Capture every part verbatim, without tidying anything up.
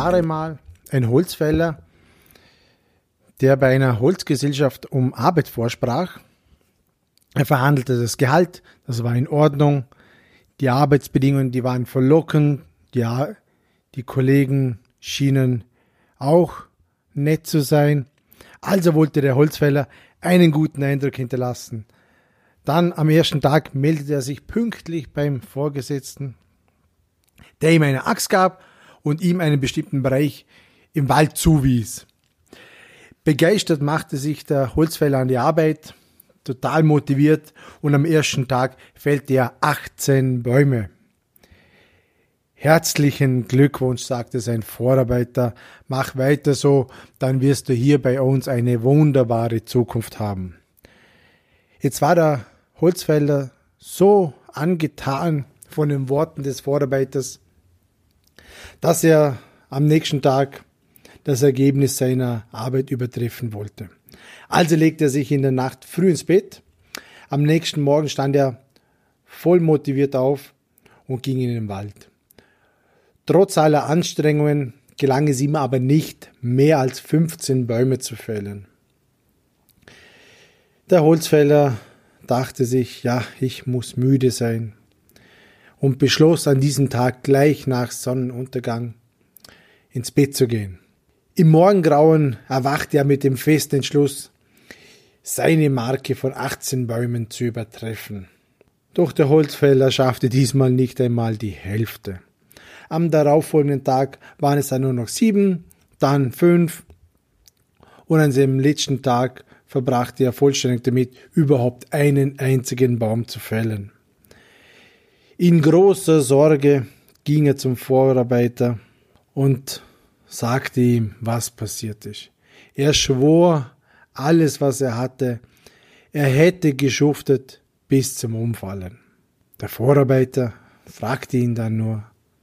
war einmal ein Holzfäller, der bei einer Holzgesellschaft um Arbeit vorsprach. Er verhandelte das Gehalt, das war in Ordnung. Die Arbeitsbedingungen, die waren verlockend. Ja, die Kollegen schienen auch nett zu sein. Also wollte der Holzfäller einen guten Eindruck hinterlassen. Dann am ersten Tag meldete er sich pünktlich beim Vorgesetzten, der ihm eine Axt gab und ihm einen bestimmten Bereich im Wald zuwies. Begeistert machte sich der Holzfäller an die Arbeit, total motiviert, und am ersten Tag fällte er achtzehn Bäume. Herzlichen Glückwunsch, sagte sein Vorarbeiter, mach weiter so, dann wirst du hier bei uns eine wunderbare Zukunft haben. Jetzt war der Holzfäller so angetan von den Worten des Vorarbeiters, dass er am nächsten Tag das Ergebnis seiner Arbeit übertreffen wollte. Also legte er sich in der Nacht früh ins Bett. Am nächsten Morgen stand er voll motiviert auf und ging in den Wald. Trotz aller Anstrengungen gelang es ihm aber nicht, mehr als fünfzehn Bäume zu fällen. Der Holzfäller dachte sich, ja, ich muss müde sein, und beschloss an diesem Tag gleich nach Sonnenuntergang ins Bett zu gehen. Im Morgengrauen erwachte er mit dem festen Entschluss, seine Marke von achtzehn Bäumen zu übertreffen. Doch der Holzfäller schaffte diesmal nicht einmal die Hälfte. Am darauffolgenden Tag waren es dann nur noch sieben, dann fünf, und an seinem letzten Tag verbrachte er vollständig damit, überhaupt einen einzigen Baum zu fällen. In großer Sorge ging er zum Vorarbeiter und sagte ihm, was passiert ist. Er schwor alles, was er hatte. Er hätte geschuftet bis zum Umfallen. Der Vorarbeiter fragte ihn dann nur,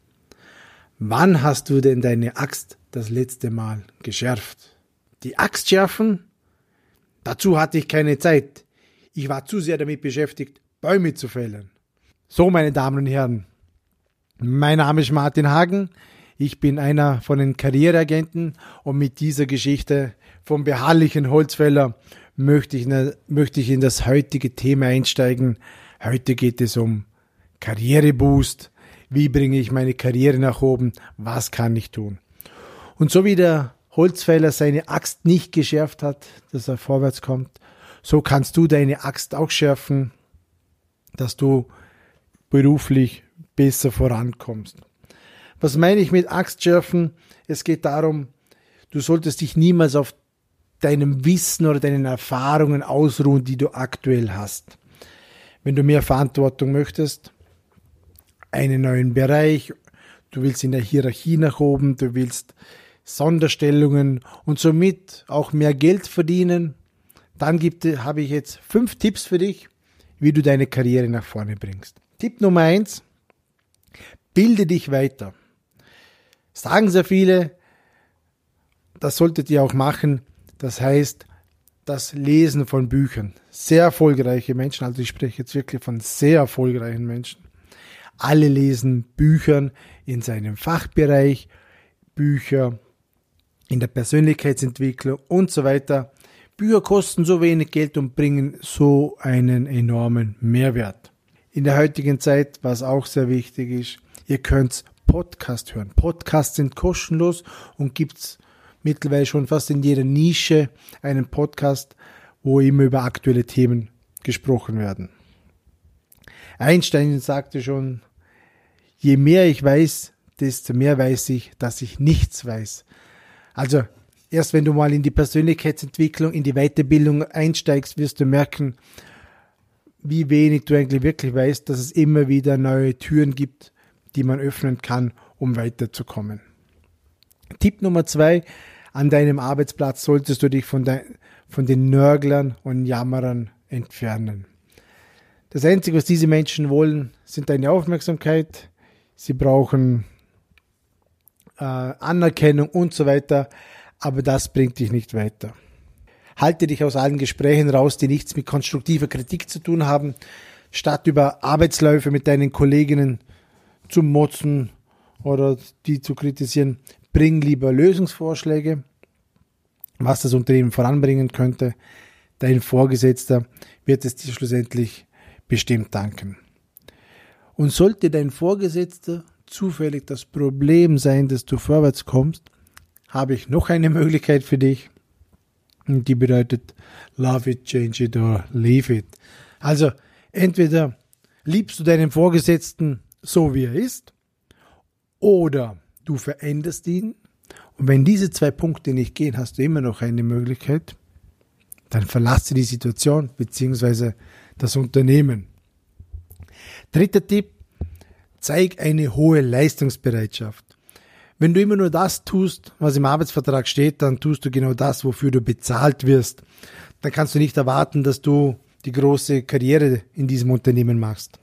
wann hast du denn deine Axt das letzte Mal geschärft? Die Axt schärfen? Dazu hatte ich keine Zeit. Ich war zu sehr damit beschäftigt, Bäume zu fällen. So, meine Damen und Herren, mein Name ist Martin Hagen. Ich bin einer von den Karriereagenten, und mit dieser Geschichte vom beharrlichen Holzfäller möchte ich, möchte ich in das heutige Thema einsteigen. Heute geht es um Karriereboost. Wie bringe ich meine Karriere nach oben? Was kann ich tun? Und so wie der Holzfäller seine Axt nicht geschärft hat, dass er vorwärts kommt, so kannst du deine Axt auch schärfen, dass du beruflich besser vorankommst. Was meine ich mit Axtschärfen? Es geht darum, du solltest dich niemals auf deinem Wissen oder deinen Erfahrungen ausruhen, die du aktuell hast. Wenn du mehr Verantwortung möchtest, einen neuen Bereich, du willst in der Hierarchie nach oben, du willst Sonderstellungen und somit auch mehr Geld verdienen, dann gibt, habe ich jetzt fünf Tipps für dich, wie du deine Karriere nach vorne bringst. Tipp Nummer eins, bilde dich weiter. Sagen sehr viele, das solltet ihr auch machen, das heißt, das Lesen von Büchern. Sehr erfolgreiche Menschen, also ich spreche jetzt wirklich von sehr erfolgreichen Menschen. Alle lesen Bücher in seinem Fachbereich, Bücher in der Persönlichkeitsentwicklung und so weiter. Bücher kosten so wenig Geld und bringen so einen enormen Mehrwert. In der heutigen Zeit, was auch sehr wichtig ist, ihr könnt Podcast hören. Podcasts sind kostenlos und gibt's mittlerweile schon fast in jeder Nische einen Podcast, wo immer über aktuelle Themen gesprochen werden. Einstein sagte schon, je mehr ich weiß, desto mehr weiß ich, dass ich nichts weiß. Also erst wenn du mal in die Persönlichkeitsentwicklung, in die Weiterbildung einsteigst, wirst du merken, wie wenig du eigentlich wirklich weißt, dass es immer wieder neue Türen gibt, die man öffnen kann, um weiterzukommen. Tipp Nummer zwei, an deinem Arbeitsplatz solltest du dich von, de, von den Nörglern und Jammerern entfernen. Das Einzige, was diese Menschen wollen, sind deine Aufmerksamkeit. Sie brauchen äh, Anerkennung und so weiter, aber das bringt dich nicht weiter. Halte dich aus allen Gesprächen raus, die nichts mit konstruktiver Kritik zu tun haben. Statt über Arbeitsläufe mit deinen Kolleginnen zu motzen oder die zu kritisieren, bring lieber Lösungsvorschläge, was das Unternehmen voranbringen könnte. Dein Vorgesetzter wird es dir schlussendlich bestimmt danken. Und sollte dein Vorgesetzter zufällig das Problem sein, dass du vorwärts kommst, habe ich noch eine Möglichkeit für dich. Und die bedeutet love it, change it or leave it. Also entweder liebst du deinen Vorgesetzten so, wie er ist, oder du veränderst ihn. Und wenn diese zwei Punkte nicht gehen, hast du immer noch eine Möglichkeit. Dann verlasse die Situation bzw. das Unternehmen. Dritter Tipp, zeig eine hohe Leistungsbereitschaft. Wenn du immer nur das tust, was im Arbeitsvertrag steht, dann tust du genau das, wofür du bezahlt wirst. Dann kannst du nicht erwarten, dass du die große Karriere in diesem Unternehmen machst.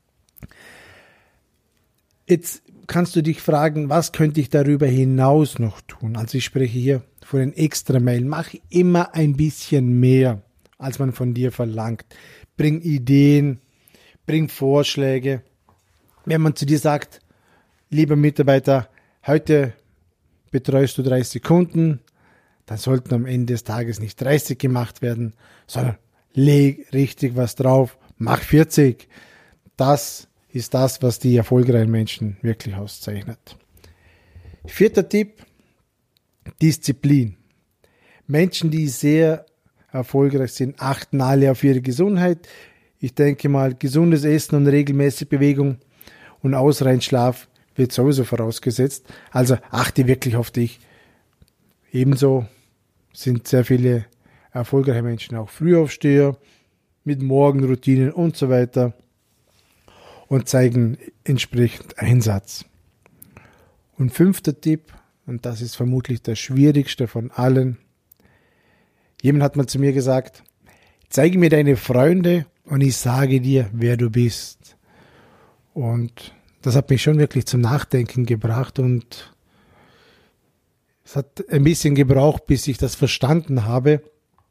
Jetzt kannst du dich fragen, was könnte ich darüber hinaus noch tun? Also ich spreche hier von den Extrameilen. Mach immer ein bisschen mehr, als man von dir verlangt. Bring Ideen, bring Vorschläge. Wenn man zu dir sagt, lieber Mitarbeiter, heute betreust du dreißig Kunden, dann sollten am Ende des Tages nicht dreißig gemacht werden, sondern leg richtig was drauf, mach vierzig. Das ist das, was die erfolgreichen Menschen wirklich auszeichnet. Vierter Tipp, Disziplin. Menschen, die sehr erfolgreich sind, achten alle auf ihre Gesundheit. Ich denke mal, gesundes Essen und regelmäßige Bewegung und ausreichend Schlaf wird sowieso vorausgesetzt. Also achte wirklich auf dich. Ebenso sind sehr viele erfolgreiche Menschen auch Frühaufsteher mit Morgenroutinen und so weiter und zeigen entsprechend Einsatz. Und fünfter Tipp, und das ist vermutlich der schwierigste von allen. Jemand hat mal zu mir gesagt, zeige mir deine Freunde und ich sage dir, wer du bist. Und das hat mich schon wirklich zum Nachdenken gebracht und es hat ein bisschen gebraucht, bis ich das verstanden habe.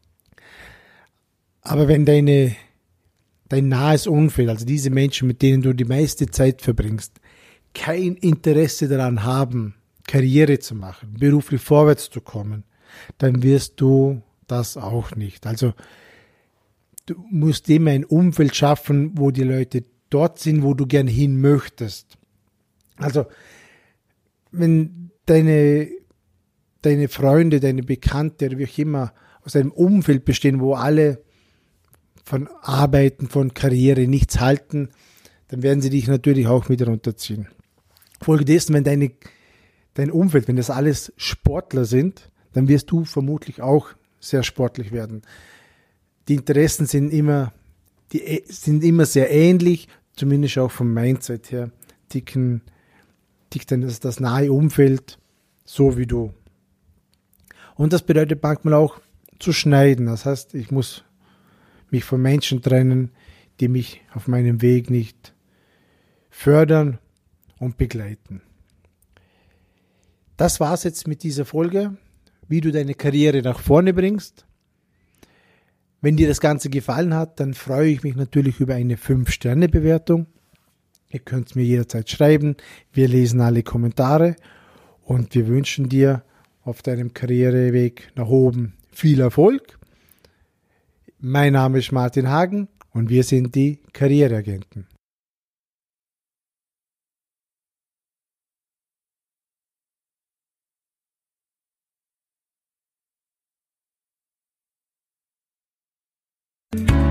Aber wenn deine, dein nahes Umfeld, also diese Menschen, mit denen du die meiste Zeit verbringst, kein Interesse daran haben, Karriere zu machen, beruflich vorwärts zu kommen, dann wirst du das auch nicht. Also du musst immer ein Umfeld schaffen, wo die Leute dort sind, wo du gern hin möchtest. Also wenn deine, deine Freunde, deine Bekannte oder wie auch immer aus einem Umfeld bestehen, wo alle von Arbeiten, von Karriere nichts halten, dann werden sie dich natürlich auch mit runterziehen. Folgedessen, wenn deine, dein Umfeld, wenn das alles Sportler sind, dann wirst du vermutlich auch sehr sportlich werden. Die Interessen sind immer, die sind immer sehr ähnlich, zumindest auch vom Mindset her, ticken, tickt dann das, das nahe Umfeld so wie du. Und das bedeutet manchmal auch zu schneiden. Das heißt, ich muss mich von Menschen trennen, die mich auf meinem Weg nicht fördern und begleiten. Das war's jetzt mit dieser Folge, wie du deine Karriere nach vorne bringst. Wenn dir das Ganze gefallen hat, dann freue ich mich natürlich über eine fünf Sterne Bewertung. Ihr könnt es mir jederzeit schreiben. Wir lesen alle Kommentare und wir wünschen dir auf deinem Karriereweg nach oben viel Erfolg. Mein Name ist Martin Hagen und wir sind die Karriereagenten. Thank you.